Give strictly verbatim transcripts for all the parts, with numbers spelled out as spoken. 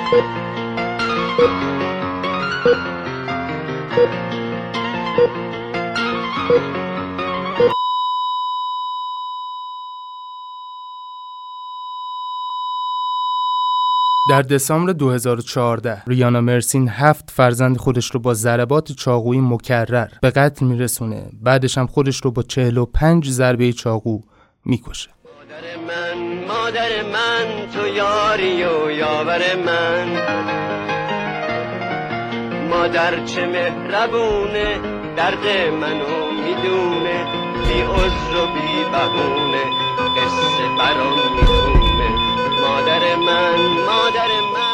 در دسامبر دو هزار و چهارده ریانا مرسین هفت فرزند خودش رو با ضربات چاقویی مکرر به قتل میرسونه. بعدش هم خودش رو با چهل و پنج ضربه چاقو میکشه. مادر من مادر من تو یاری و یاور من، مادر چه مهربونه درد منو میدونه، بی عذر و بی بهونه قصه برام میخونه. مادر من مادر من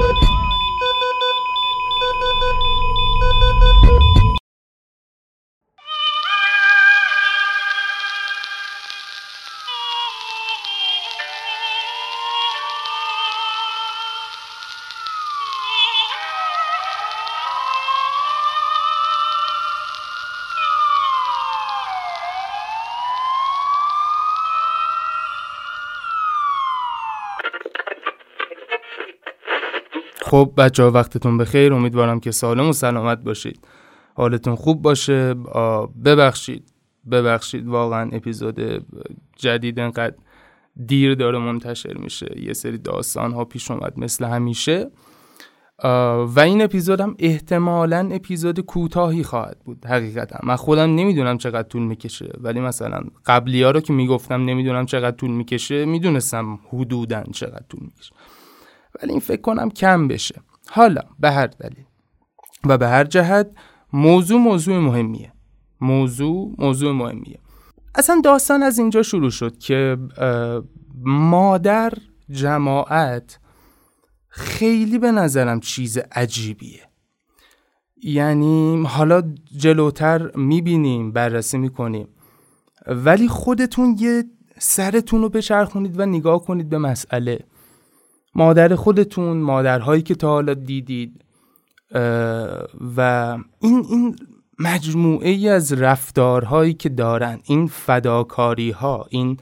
خب بچه ها وقتتون بخیر، امیدوارم که سالم و سلامت باشید، حالتون خوب باشه. ببخشید ببخشید واقعا اپیزود جدید انقدر دیر داره منتشر میشه، یه سری داستان ها پیش اومد مثل همیشه و این اپیزود هم احتمالاً اپیزود کوتاهی خواهد بود. حقیقتا من خودم نمیدونم چقدر طول میکشه، ولی مثلا قبلی ها رو که میگفتم نمیدونم چقدر طول میکشه میدونستم حدوداً چقدر طول میکشه، ولی این فکر کنم کم بشه. حالا به هر دلیل و به هر جهت موضوع موضوع مهمیه. موضوع موضوع مهمیه. اصلا داستان از اینجا شروع شد که مادر جماعت خیلی به نظرم چیز عجیبیه. یعنی حالا جلوتر میبینیم، بررسی میکنیم، ولی خودتون یه سرتون رو بچرخونید و نگاه کنید به مسئله. مادر خودتون، مادرهایی که تا حالا دیدید و این این مجموعه ای از رفتارهایی که دارن، این فداکاری ها، این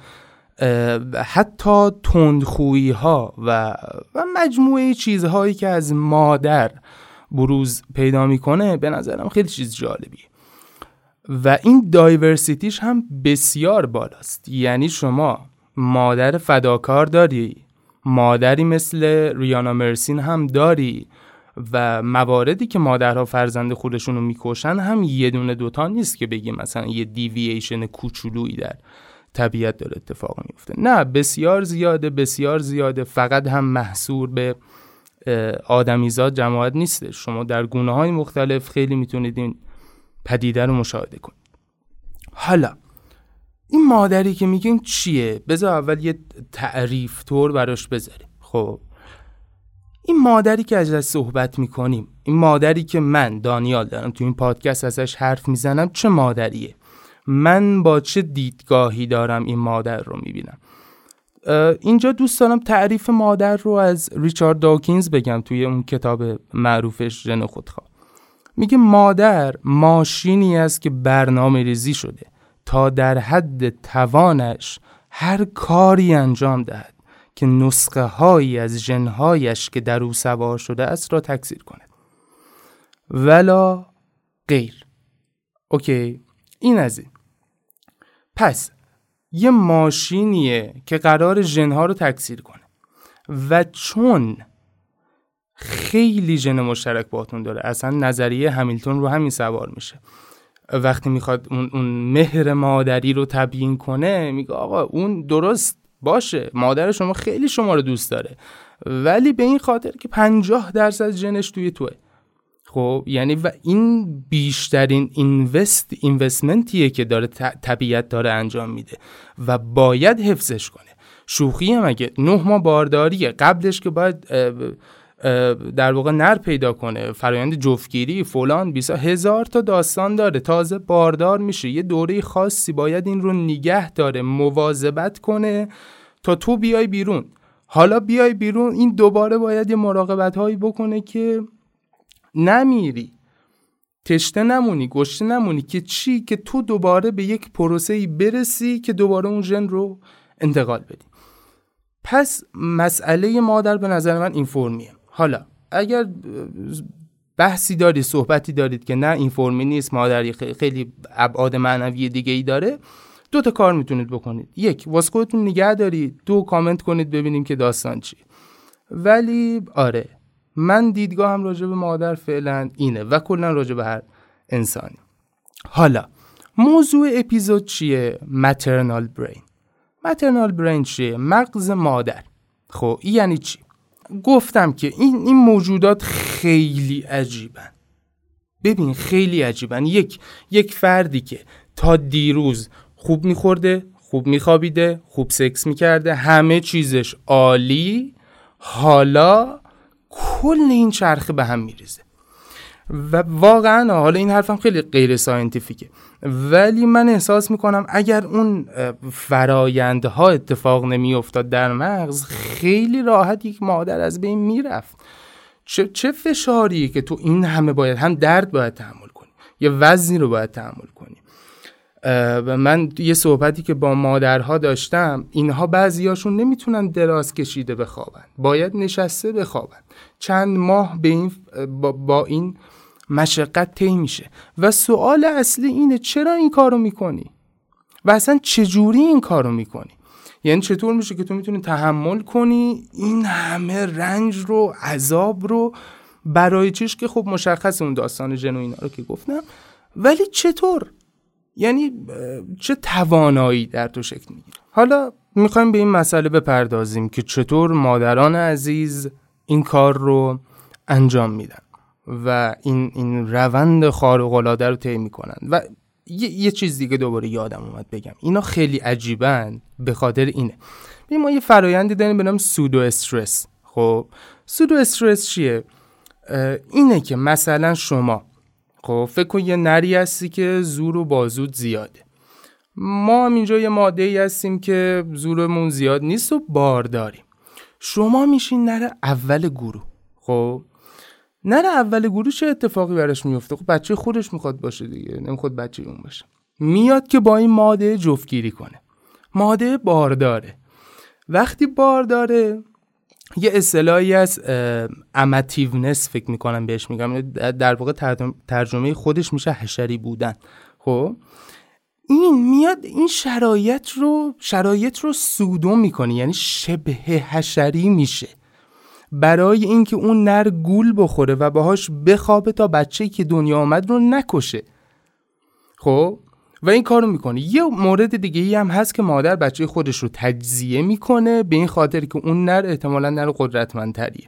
حتی تندخویی ها و و مجموعه چیزهایی که از مادر بروز پیدا میکنه، به نظرم خیلی چیز جالبیه و این دایورسیتیش هم بسیار بالاست. یعنی شما مادر فداکار داری، مادری مثل ریانا مرسین هم داری و مواردی که مادرها فرزند خودشون رو میکشن هم یه دونه دوتا نیست که بگیم مثلا یه دیوییشن کوچولویی در طبیعت داره اتفاق میفته. نه، بسیار زیاده بسیار زیاده. فقط هم محصور به آدمیزاد جماعت نیست، شما در گونه های مختلف خیلی میتونید این پدیده رو مشاهده کنید. حالا این مادری که میگین چیه؟ بذار اول یه تعریف طور براش بذاریم. خب این مادری که ازش صحبت میکنیم، این مادری که من دانیال دارم تو این پادکست ازش حرف میزنم، چه مادریه؟ من با چه دیدگاهی دارم این مادر رو میبینم؟ اینجا دوست دارم تعریف مادر رو از ریچارد داکینز بگم توی اون کتاب معروفش ژن خودخواه. میگه مادر ماشینی است که برنامه ریزی شده تا در حد توانش هر کاری انجام دهد که نسخه هایی از ژن‌هایش که در او سوار شده است را تکثیر کند ولا غیر. اوکی، این از این. پس یه ماشینیه که قرار ژن‌ها رو تکثیر کنه و چون خیلی ژن مشترک باهاتون داره، اصلا نظریه همیلتون رو همین سوار میشه. وقتی میخواد اون, اون مهر مادری رو تبیین کنه، میگه آقا اون درست باشه، مادر شما خیلی شما رو دوست داره، ولی به این خاطر که پنجاه درصد ژنش توی توه. خب یعنی و این بیشترین اینوست اینوستمنتیه که داره طبیعت داره انجام میده و باید حفظش کنه. شوخی هم اگه نه ماه بارداریه، قبلش که باید در واقع نر پیدا کنه، فرایند جفتگیری فلان بیسا هزار تا داستان داره، تازه باردار میشه، یه دوره خاصی باید این رو نگه داره، مواظبت کنه تا تو بیای بیرون. حالا بیای بیرون این دوباره باید یه مراقبت هایی بکنه که نمیری، تشنه نمونی، گشته نمونی، که چی؟ که تو دوباره به یک پروسه‌ای برسی که دوباره اون ژن رو انتقال بدی. پس مسئله مادر به نظر من این فرمیه. حالا اگر بحثی دارید، صحبتی دارید که نه این فرمی نیست، مادری خیلی ابعاد معنوی دیگه ای داره، دو تا کار میتونید بکنید. یک، واسه خودتون نگه دارید. دو، کامنت کنید ببینیم که داستان چی. ولی آره، من دیدگاهم راجع به مادر فعلا اینه و کلا راجع به هر انسانی. حالا موضوع اپیزود چیه؟ ماترنال برین. ماترنال برین چیه؟ مغز مادر. خب این یعنی چی؟ گفتم که این این موجودات خیلی عجیبن. ببین خیلی عجیبن. یک یک فردی که تا دیروز خوب میخورده، خوب میخوابیده، خوب سکس میکرده، همه چیزش عالی، حالا کل این چرخه به هم میریزه. و واقعا حالا این حرفم خیلی غیر ساینتیفیکه، ولی من احساس میکنم اگر اون فرایندها اتفاق نمیافتاد در مغز، خیلی راحت یک مادر از بین میرفت. چه چه فشاریه که تو این همه باید، هم درد باید تحمل کنی، یه وزنی رو باید تحمل کنی. من یه صحبتی که با مادرها داشتم، اینها بعضیاشون نمیتونن دراز کشیده بخوابن، باید نشسته بخوابن. چند ماه به این با, با این مشقت طی میشه و سوال اصلی اینه چرا این کارو میکنی و اصلا چجوری این کارو میکنی. یعنی چطور میشه که تو میتونی تحمل کنی این همه رنج رو، عذاب رو، برای چیش که خب مشخص اون داستان ژن و اینا رو که گفتم، ولی چطور؟ یعنی چه توانایی در تو شکل میگیره. حالا میخوایم به این مسئله بپردازیم که چطور مادران عزیز این کار رو انجام میدن و این این روند خارق العاده رو طی میکنن. و یه, یه چیز دیگه دوباره یادم اومد بگم، اینا خیلی عجیبن به خاطر اینه. ببین ما یه فرآیندی داریم به نام سودو استرس. خب سودو استرس چیه؟ اینه که مثلا شما خب فکر کن یه نری هستی که زور و بازود زیاده. ما هم اینجا یه ماده ای هستیم که زورمون زیاد نیست و بار داریم. شما میشین نر اول گروه. خب نر اول گروه چه اتفاقی براش میفته؟ خب بچه خودش میخواد باشه دیگه، نمیخواد بچه اون باشه. میاد که با این ماده جفتگیری کنه. ماده بارداره. وقتی بارداره یه اصطلاحی از اماتیونس فکر میکنم بهش میگم، در واقع ترجمه خودش میشه حشری بودن. خب این میاد این شرایط رو شرایط رو سودو میکنه، یعنی شبه حشری میشه برای اینکه اون نر گول بخوره و باهاش بخوابه تا بچه‌ای که دنیا آمد رو نکشه. خب و این کارو میکنه. یه مورد دیگه ای هم هست که مادر بچه خودش رو تجزیه میکنه به این خاطر که اون نر احتمالاً نر قدرتمندتریه.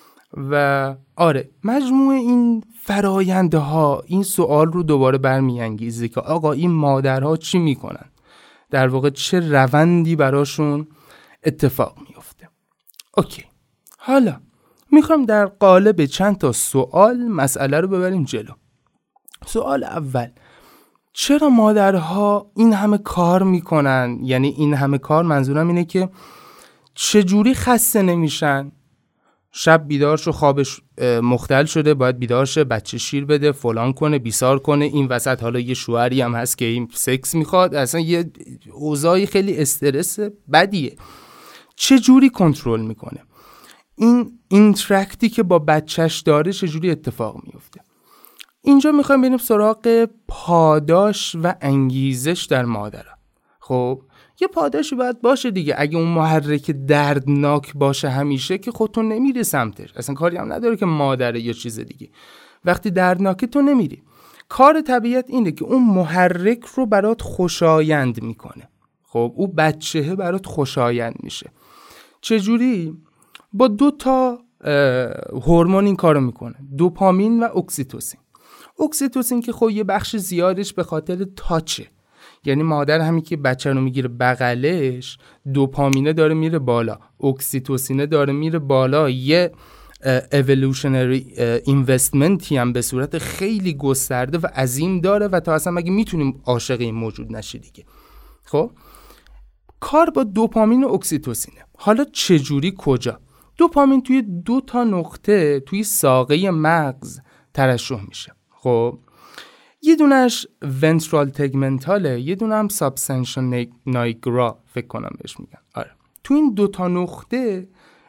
و آره، مجموع این فرایندها این سوال رو دوباره برمیانگیزه که آقا این مادرها چی میکنن؟ در واقع چه روندی براشون اتفاق میفته؟ اوکی، حالا میخوام در قالب چند تا سوال مسئله رو ببریم جلو. سوال اول، چرا مادرها این همه کار میکنن؟ یعنی این همه کار منظورم اینه که چجوری خسته نمیشن؟ شب بیدار شو، خوابش مختل شده، باید بیدار شه، بچه شیر بده، فلان کنه، بیسار کنه، این وسط حالا یه شوهری هم هست که این سکس میخواد، اصلا یه اوضاعی خیلی استرس بدیه. چجوری کنترل میکنه؟ این اینتراکتی که با بچهش داره چجوری اتفاق میفته؟ اینجا میخوایم بریم سراغ پاداش و انگیزش در مادرها. خب یه پاداشی باید باشه دیگه. اگه اون محرک دردناک باشه همیشه که خودتون نمیری سمتش، اصلا کاری هم نداره که مادره یا چیز دیگه. وقتی دردناکه تو نمیری. کار طبیعت اینه که اون محرک رو برات خوشایند میکنه. خب اون بچهه برات خوشایند میشه. چجوری؟ با دو تا هورمون این کارو میکنه، دوپامین و اکسیتوسین. اکسیتوسین که خب یه بخش زیادش به خاطر تاچه، یعنی مادر همین که بچه رو میگیره بغلش، دوپامینه داره میره بالا، اکسیتوسینه داره میره بالا. یه evolutionary investmenتی هم به صورت خیلی گسترده و عظیم داره و تا اصلا مگه میتونیم عاشق این موجود نشی دیگه. خب کار با دوپامین و اکسیتوسینه. حالا چجوری، کجا؟ دوپامین توی دو تا نقطه توی ساقه مغز ترشح میشه. خب یه دونش ونترال تگمنتاله، یه دونه هم سابسنشن نایگرا فکر کنم بهش میگن. آره تو این دو تا نقطه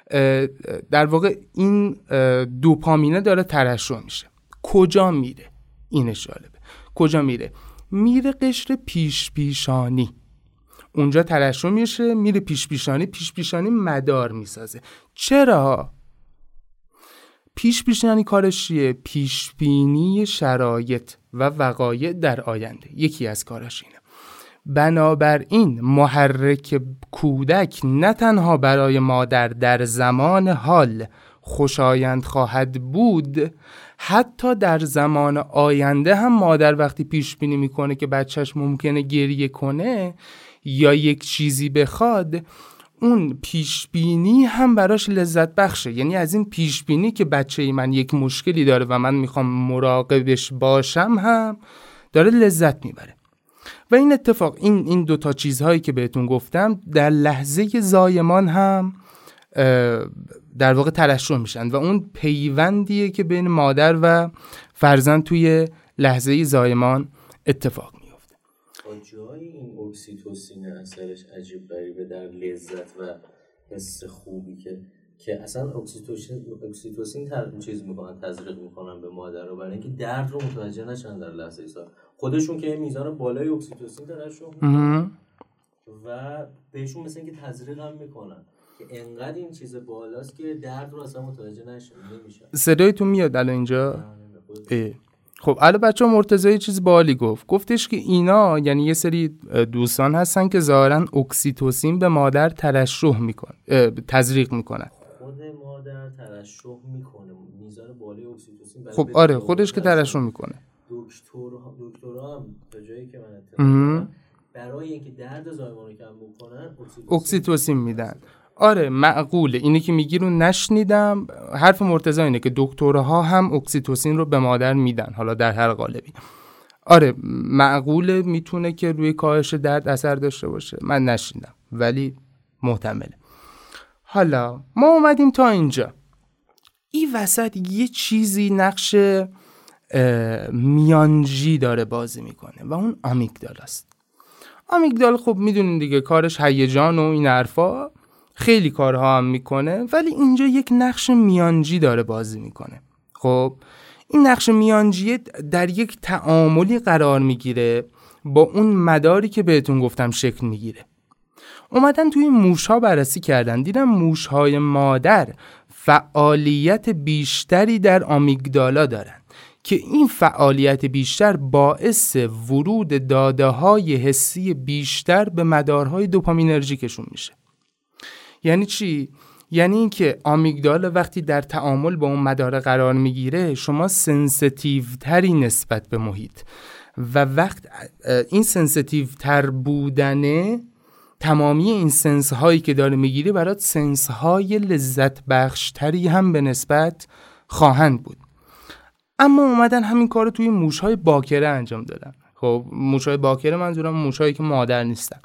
در واقع این دوپامینه داره ترشح میشه. کجا میره؟ اینش جالبه. کجا میره؟ میره قشر پیش پیشانی، اونجا ترشح میشه، میره پیش پیشانی. پیش پیشانی مدار میسازه. چرا؟ پیش پیشانی کارش چیه؟ پیش بینی شرایط و وقایع در آینده. یکی از کاراش اینه. بنابراین محرک کودک نه تنها برای مادر در زمان حال خوشایند خواهد بود، حتی در زمان آینده هم مادر وقتی پیش بینی میکنه که بچهش ممکنه گریه کنه یا یک چیزی بخواد، اون پیش بینی هم براش لذت بخشه. یعنی از این پیش بینی که بچه من یک مشکلی داره و من میخوام مراقبش باشم هم داره لذت میبره. و این اتفاق این این دو تا چیزهایی که بهتون گفتم در لحظه زایمان هم در واقع ترشح میشن و اون پیوندیه که بین مادر و فرزند توی لحظه زایمان اتفاق میفته. جای این اکسیتوسین اثرش عجیب غریبه در لذت و حس خوبی که که اصلا اکسیتوسین اکسیتوسین تر چیز میکنن، تزریق میکنن به مادر رو برای اینکه درد رو متوجه نشن در لحظه سال. خودشون که میزان بالای اکسیتوسین ترشح میکنن و بهشون مثل اینکه تزریق هم میکنن که انقدر این چیز بالاست که درد رو اصلا متوجه نشن نمیشه. صدایتون میاد الان اینجا؟ اه. خب الان بچه‌ها مرتضی یه چیز بالی گفت. گفتش که اینا یعنی یه سری دوستان هستن که ظاهرا اکسیتوسین به مادر ترشح میکنه، تزریق میکنن. خود مادر ترشح میکنه میزان بالای اکسیتوسین. خب آره خودش که ترشح میکنه. دکترها دکترها هم تا جایی که من اطلاع دارم برای اینکه درد زایمان رو کم بکنن اکسیتوسین میدن. آره معقوله. اینی که میگی رو نشنیدم. حرف مرتضی اینه که دکترها هم اکسیتوسین رو به مادر میدن، حالا در هر قالبی. آره معقوله، میتونه که روی کاهش درد اثر داشته باشه. من نشنیدم ولی محتمله. حالا ما اومدیم تا اینجا. این وسط یه چیزی نقش میانجی داره بازی میکنه و اون آمیگدال است. آمیگدال خب میدونین دیگه کارش هیجان و این حرفا، خیلی کارها هم میکنه، ولی اینجا یک نقش میانجی داره بازی میکنه. خب این نقش میانجی در یک تعاملی قرار میگیره با اون مداری که بهتون گفتم شکل میگیره. اومدن توی موشها بررسی کردن، دیدن موشهای مادر فعالیت بیشتری در آمیگدالا دارن که این فعالیت بیشتر باعث ورود داده‌های حسی بیشتر به مدارهای دوپامینرژیکشون میشه. یعنی چی؟ یعنی این که آمیگدالا وقتی در تعامل با اون مدار قرار میگیره شما سنسیتیو تری نسبت به محیط و وقت این سنسیتیو تر بودنه تمامی این سنس هایی که داره میگیری برات سنس های لذت بخش تری هم به نسبت خواهند بود. اما اومدن همین کارو توی موشهای باکره انجام دادن. خب موشهای باکره منظورم موشهایی که مادر نیستن.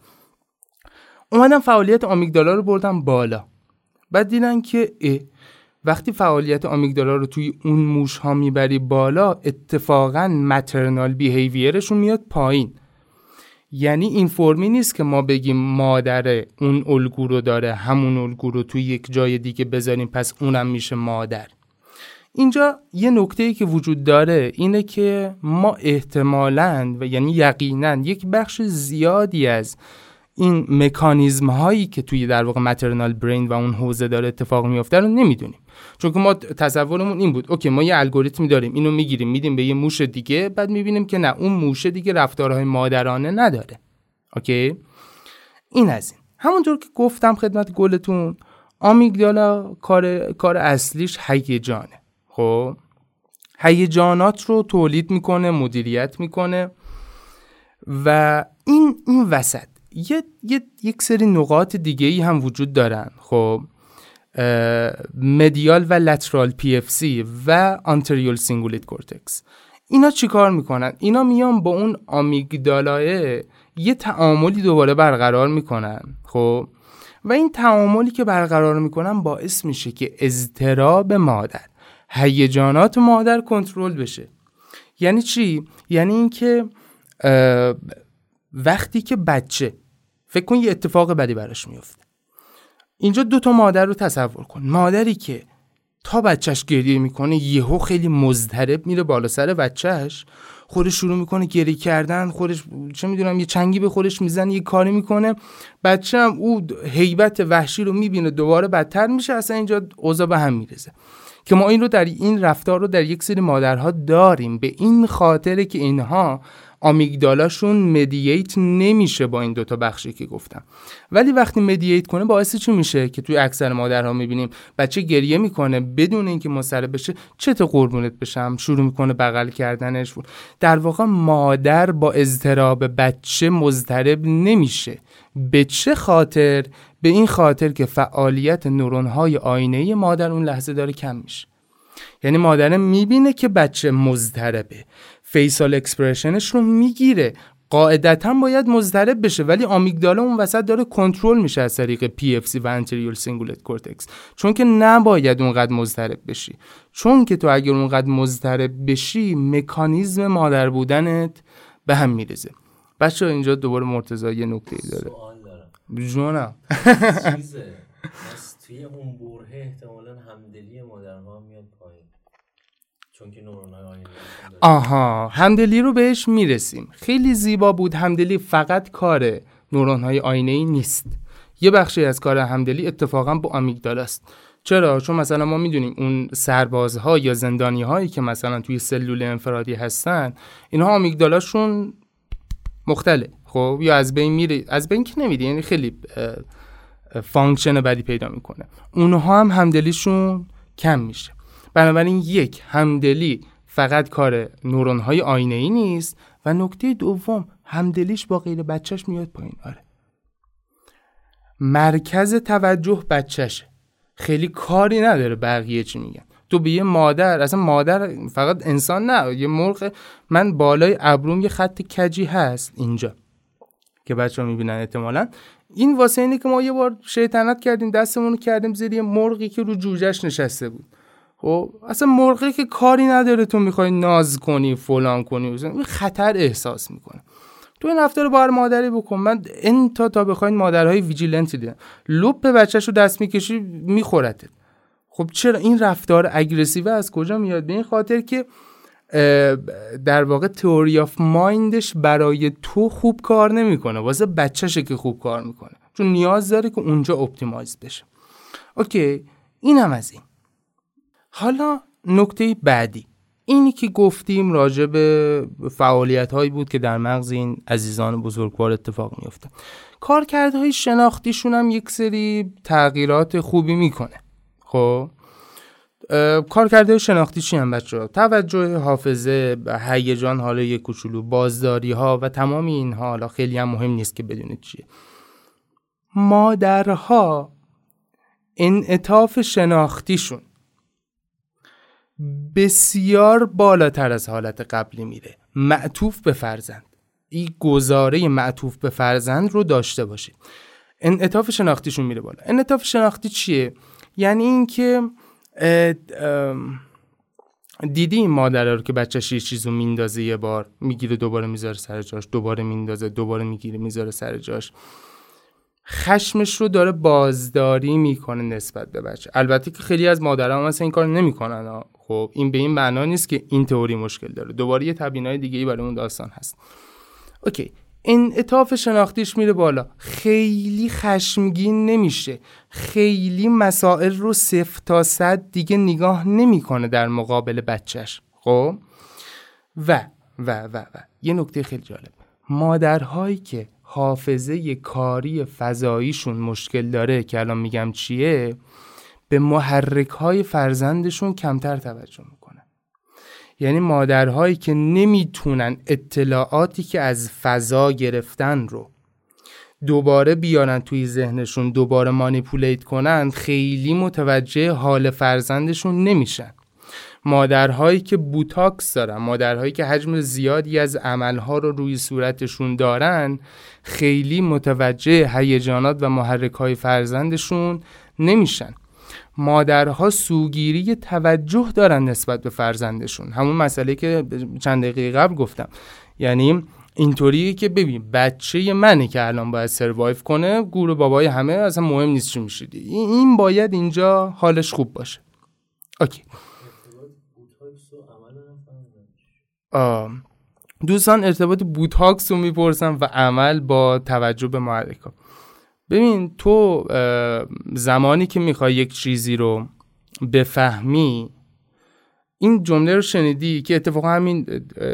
اومدن فعالیت آمیگدالا رو بردن بالا. بعد دیدن که اه وقتی فعالیت آمیگدالا رو توی اون موشها میبری بالا اتفاقاً ماترنال بیهیویرشون میاد پایین. یعنی این فرمی نیست که ما بگیم مادر اون الگو رو داره، همون الگو رو توی یک جای دیگه بذاریم پس اونم میشه مادر. اینجا یه نکته‌ای که وجود داره اینه که ما احتمالاً و یعنی یقیناً یک بخش زیادی از این مکانیزم هایی که توی در واقع ماترنال برین و اون حوزه داره اتفاق میفته رو نمیدونیم. چون که ما تصورمون این بود اوکی ما یه الگوریتمی داریم، اینو میگیریم میدیم به یه موش دیگه، بعد میبینیم که نه اون موش دیگه رفتارهای مادرانه نداره. اوکی این از این. همونطور که گفتم خدمت گلتون آمیگدالا کار کار اصلیش هیجانه. خب هیجانات رو تولید میکنه، مدیریت میکنه و این این وسط یه،, یه، یک سری نقاط دیگه ای هم وجود دارن. خب مدیال و لترال پی اف سی و آنتریول سینگولیت کورتکس اینا چی کار میکنن؟ اینا میان با اون آمیگدالاه یه تعاملی دوباره برقرار میکنن. خب و این تعاملی که برقرار میکنن باعث میشه که اضطراب مادر، هیجانات مادر کنترل بشه. یعنی چی؟ یعنی این که وقتی که بچه فکر کن یه اتفاق بدی براش میفته، اینجا دو تا مادر رو تصور کن. مادری که تا بچهش گریه میکنه یهو خیلی مضطرب میره بالا سر بچهش، خودش شروع میکنه گریه کردن، خودش چه میدونم یه چنگی به خودش میزنه، یه کاری میکنه، بچه هم او هیبت وحشی رو میبینه دوباره بدتر میشه. اصلا اینجا اوضاع به هم میرسه که ما این رو در این رفتار رو در یک سری مادرها داریم، به این خاطره که اینها آمیگدالاشون مدییت نمیشه با این دوتا بخشی که گفتم. ولی وقتی مدییت کنه باعث چی میشه که توی اکثر مادرها میبینیم بچه گریه میکنه بدون اینکه مضطرب بشه، چه تا قربونت بشم، شروع میکنه بغل کردنش. در واقع مادر با اضطراب بچه مضطرب نمیشه. به چه خاطر؟ به این خاطر که فعالیت نورون‌های آینه‌ای مادر اون لحظه داره کم میشه. یعنی مادر میبینه که بچه مضطربه، فیسال اکسپرشنش رو میگیره، قاعدتاً باید مضطرب بشه، ولی آمیگدالا اون وسط داره کنترل میشه از طریق پی اف سی و انتریور سینگولت کورتکس، چون که نباید اونقدر مضطرب بشی. چون که تو اگر اونقدر مضطرب بشی مکانیزم مادر بودنت به هم میریزه. بچه اینجا دوباره مرتضی یه نکته‌ای داره. سوال دارم. جونم. چیزه بس توی اون برهه احتمالاً همدلی مادرها میاد پایین، چون که نورون‌های آینه‌ای داره. آها، همدلی رو بهش میرسیم. خیلی زیبا بود. همدلی فقط کار نورون‌های آینه‌ای نیست. یه بخشی از کار همدلی اتفاقا با آمیگدالا است. چرا؟ چون مثلا ما میدونیم اون سربازها یا زندانی‌هایی که مثلا توی سلول انفرادی هستن، اینها آمیگدالاشون مختلف، خب، یا از بین میره، از بین که نمیره، یعنی خیلی فانکشن بدی پیدا میکنه. اونها هم همدلیشون کم میشه. بنابراین یک، همدلی فقط کار نورون‌های آینه‌ای نیست، و نکته دوم همدلیش با غیر بچهش میاد پایین. آره، مرکز توجه بچهشه، خیلی کاری نداره بقیه چی میگن. تو به یه مادر، اصلا مادر فقط انسان نه، یه مرغ، من بالای ابروم یه خط کجی هست اینجا که بچه‌ها میبینن احتمالاً، این واسه اینه که ما یه بار شیطنت کردیم دستمون رو کردیم زیر یه مرغی که رو جوجهش نشسته بود. خب اصلا مرغی که کاری نداره، تو میخوای ناز کنی فلان کنی، خطر احساس میکنه. تو این رفتار بار مادری بکن. من این تا تا بخواین مادرهای ویجیلنت دیدم، لوپ بچه‌شو دست میکشی میخورته. خب چرا این رفتار اگریسیو از کجا میاد؟ به این خاطر که در واقع تئوری آف مایندش برای تو خوب کار نمیکنه، واسه بچه‌شه که خوب کار میکنه، چون نیاز داره که اونجا اپتیمایز بشه. اوکی، اینم از این. حالا نکته بعدی، اینی که گفتیم راجع به فعالیت‌هایی بود که در مغز این عزیزان بزرگوار اتفاق میفته. کارکردهای شناختیشون هم یک سری تغییرات خوبی میکنه. خب کارکردهای شناختی چی هم بچه‌ها؟ توجه، حافظه، هیجان، حالا یک کوچولو بازداری‌ها و تمام اینها. حالا خیلی هم مهم نیست که بدونید چیه. مادرها انعطاف شناختیشون بسیار بالاتر از حالت قبلی میره. معطوف به فرزند، این گزاره معطوف به فرزند رو داشته باشید. انعطاف شناختیشون میره بالا. انعطاف شناختی چیه؟ یعنی این که دیدی این مادر رو که بچه‌ش یه چیزو میندازه، یه بار میگیره دوباره میذاره سر جاش، دوباره میندازه دوباره میگیره میذاره سر جاش، خشمش رو داره بازداری میکنه نسبت به بچه. البته که خیلی از مادرها مثلا این کار نمیکنن. خب این به این معنا نیست که این تئوری مشکل داره. دوباره یه تبیینای دیگه‌ای برای اون داستان هست. اوکی، انعطاف شناختیش میره بالا، خیلی خشمگین نمیشه، خیلی مسائل رو صفر تا صد دیگه نگاه نمیکنه در مقابل بچهش. خب و و و و یه نکته خیلی جالب، مادرهایی که حافظه کاری فضاییشون مشکل داره که الان میگم چیه، به محرک‌های فرزندشون کمتر توجه میکنن. یعنی مادرهایی که نمیتونن اطلاعاتی که از فضا گرفتن رو دوباره بیارن توی ذهنشون، دوباره مانیپولیت کنن، خیلی متوجه حال فرزندشون نمیشن. مادرهایی که بوتاکس دارن، مادرهایی که حجم زیادی از عملها رو روی صورتشون دارن، خیلی متوجه هیجانات و محرک‌های فرزندشون نمیشن. مادرها سوگیری توجه دارن نسبت به فرزندشون، همون مسئله که چند دقیقه قبل گفتم. یعنی اینطوریه که ببین بچه منه که الان باید سروایو کنه، گور بابای همه اصلا مهم نیست چی میشید، این باید اینجا حالش خوب باشه. اوکی. آه. دوستان ارتباط بوتاکس رو میپرسن و عمل با توجه به محرک‌ها. ببین تو زمانی که میخوای یک چیزی رو بفهمی، این جمله رو شنیدی که اتفاقا همین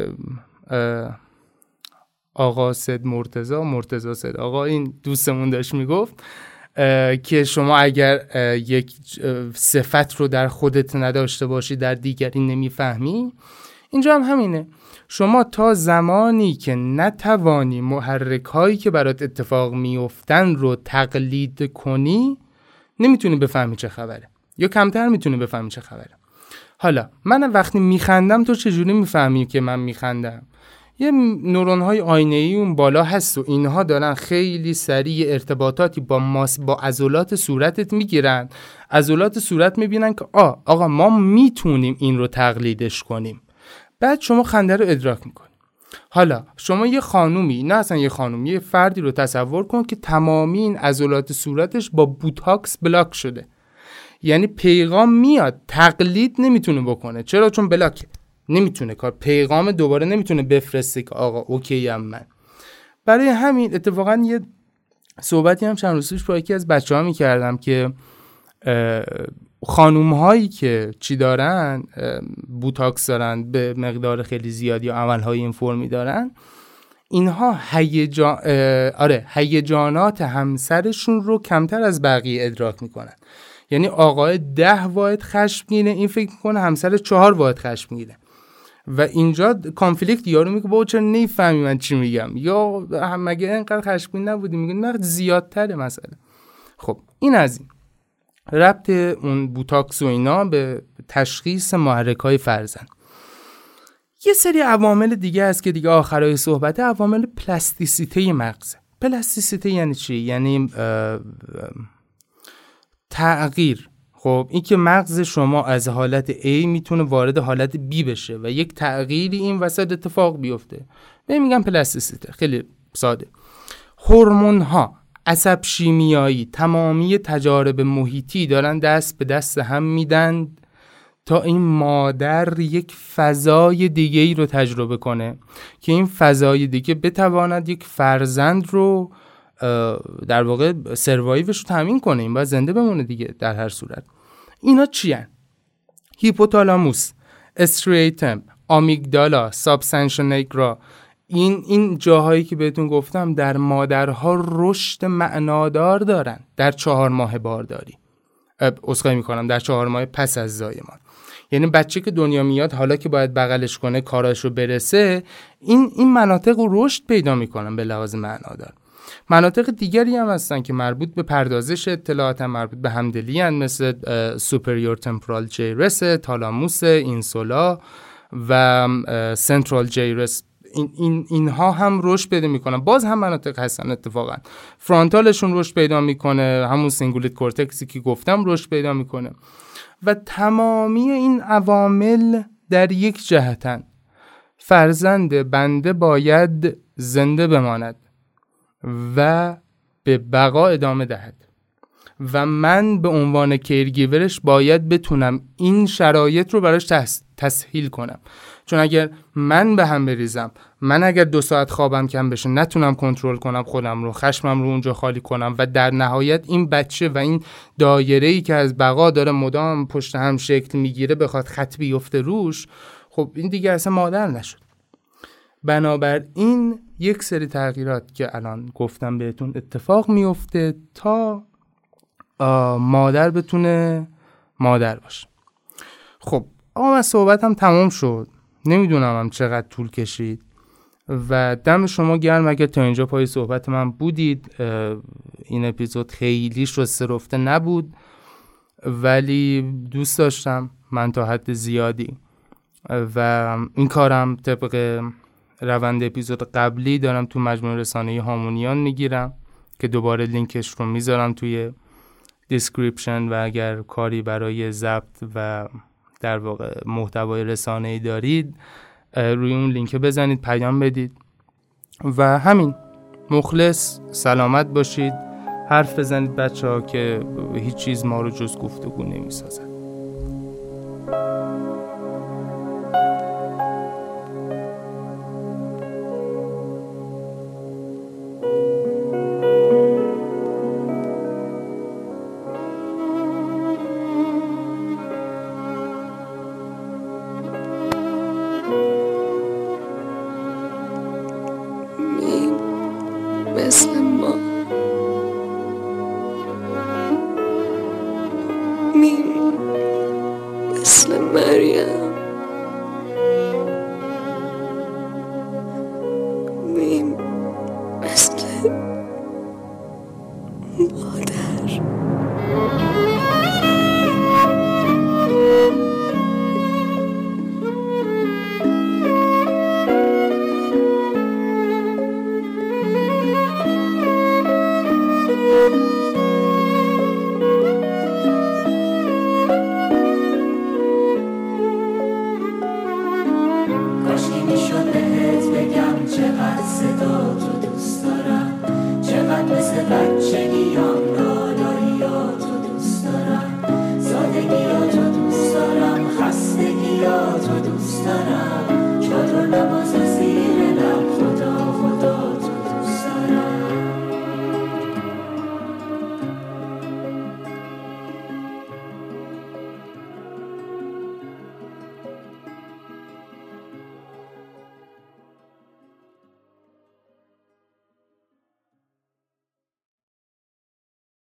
آقا سید مرتضی مرتضی سید آقا این دوستمون داشت میگفت که شما اگر یک صفت رو در خودت نداشته باشی در دیگری نمیفهمی. اینجا هم همینه، شما تا زمانی که نتوانی محرک هایی که برات اتفاق میافتن رو تقلید کنی نمیتونی بفهمی چه خبره، یا کمتر میتونی بفهمی چه خبره. حالا من وقتی میخندم تو چجوری میفهمی که من میخندم؟ یه نورون های آینه‌ای اون بالا هست و اینها دارن خیلی سریع ارتباطاتی با ماس با عضلات صورتت میگیرن، عضلات صورت میبینن که آ آقا ما میتونیم این رو تقلیدش کنیم، بعد شما خنده رو ادراک میکنی. حالا شما یه خانومی، نه اصلا یه خانومی، یه فردی رو تصور کن که تمامی این عضلات صورتش با بوتاکس بلاک شده، یعنی پیغام میاد تقلید نمیتونه بکنه. چرا؟ چون بلاکه، نمیتونه کار پیغام دوباره نمیتونه بفرسته که آقا اوکی ام من. برای همین اتفاقا یه صحبتی هم چند روز پیش با یکی از بچه‌ها میکردم که خانوم هایی که چی دارن، بوتاکس دارن به مقدار خیلی زیادی یا عمل های این فرمی دارن، اینها هیجان آره هیجانات همسرشون رو کمتر از بقیه ادراک میکنن. یعنی آقای ده واحد خشمگینه، این فکر میکنه همسر چهار واحد خشمگینه و اینجا کانفلیکت یارو میگه بابا چرا نمیفهمی من چی میگم، یا مگه اینقدر خشمگین نبودی؟ میگه نه زیادتره مسئله. خب این از این ربط اون بوتاکس و اینا به تشخیص محرک‌های فرزند. یه سری عوامل دیگه هست که دیگه آخرای صحبت، عوامل پلاستیسیته مغزه. پلاستیسیته یعنی چی؟ یعنی تغییر. خب این که مغز شما از حالت A میتونه وارد حالت B بشه و یک تغییری این وسط اتفاق بیفته، به میگم پلاستیسیته. خیلی ساده. هورمون ها، عصب شیمیایی، تمامی تجارب محیطی دارن دست به دست هم میدن تا این مادر یک فضای دیگه ای رو تجربه کنه که این فضای دیگه بتواند یک فرزند رو در واقع سروایوش رو تامین کنه، این باید زنده بمونه دیگه در هر صورت. اینا چی هن؟ هیپوتالاموس، استریتم، آمیگدالا، سابستانشیا نیگرا، این این جاهایی که بهتون گفتم در مادرها رشد معنادار دارن در چهار ماه بارداری. عذرخواهی میکنم در چهار ماه پس از زایمان. یعنی بچه که دنیا میاد حالا که باید بغلش کنه کاراشو برسه، این این مناطق رو رشد پیدا میکنن به لحاظ معنادار. مناطق دیگری هم هستن که مربوط به پردازش اطلاعات، مربوط به همدلی هستن، مثل سوپریور تمپورال جیرس، تالاموس، اینسولا و سنترال جیرس. این این اینها هم رشد پیدا میکنن. باز هم مناطق هستن اتفاقا فرانتالشون رشد پیدا میکنه، همون سینگولیت کورتکسی که گفتم رشد پیدا میکنه و تمامی این عوامل در یک جهتن. فرزند بنده باید زنده بماند و به بقا ادامه دهد و من به عنوان کیرگیورش باید بتونم این شرایط رو براش تسهیل کنم. چون اگر من به هم بریزم، من اگر دو ساعت خوابم کم بشه، نتونم کنترل کنم خودم رو، خشمم رو اونجا خالی کنم و در نهایت این بچه و این دایره‌ای که از بقا داره مدام پشت هم شکل میگیره بخواد خط بیفته روش، خب این دیگه اصلا مادر نشد. بنابراین یک سری تغییرات که الان گفتم بهتون اتفاق میفته تا مادر بتونه مادر باشه. خب آقا من صحبتم تمام شد، نمیدونم هم چقدر طول کشید و دم شما گرم اگر تا اینجا پای صحبت من بودید. این اپیزود خیلی شسته رفته نبود ولی دوست داشتم من تا حد زیادی و این کارم طبق روند اپیزود قبلی دارم تو مجموعه رسانه‌ای هامونیان میگیرم که دوباره لینکش رو میذارم توی دیسکریپشن و اگر کاری برای ضبط و در واقع محتوای رسانه‌ای دارید روی اون لینک بزنید، پیام بدید و همین، مخلص، سلامت باشید، حرف بزنید بچه ها که هیچ چیز ما رو جز گفتگو نمی سازد. مثل ما میم مثل مریم میم مثل مادر. کاشکی میشد بهت بگم چقدر صدا تو دوست دارم، چقدر مثل بچگیام لالاییاتو دوست دارم، سادگیاتو دوست دارم، خستگیاتو دوست دارم.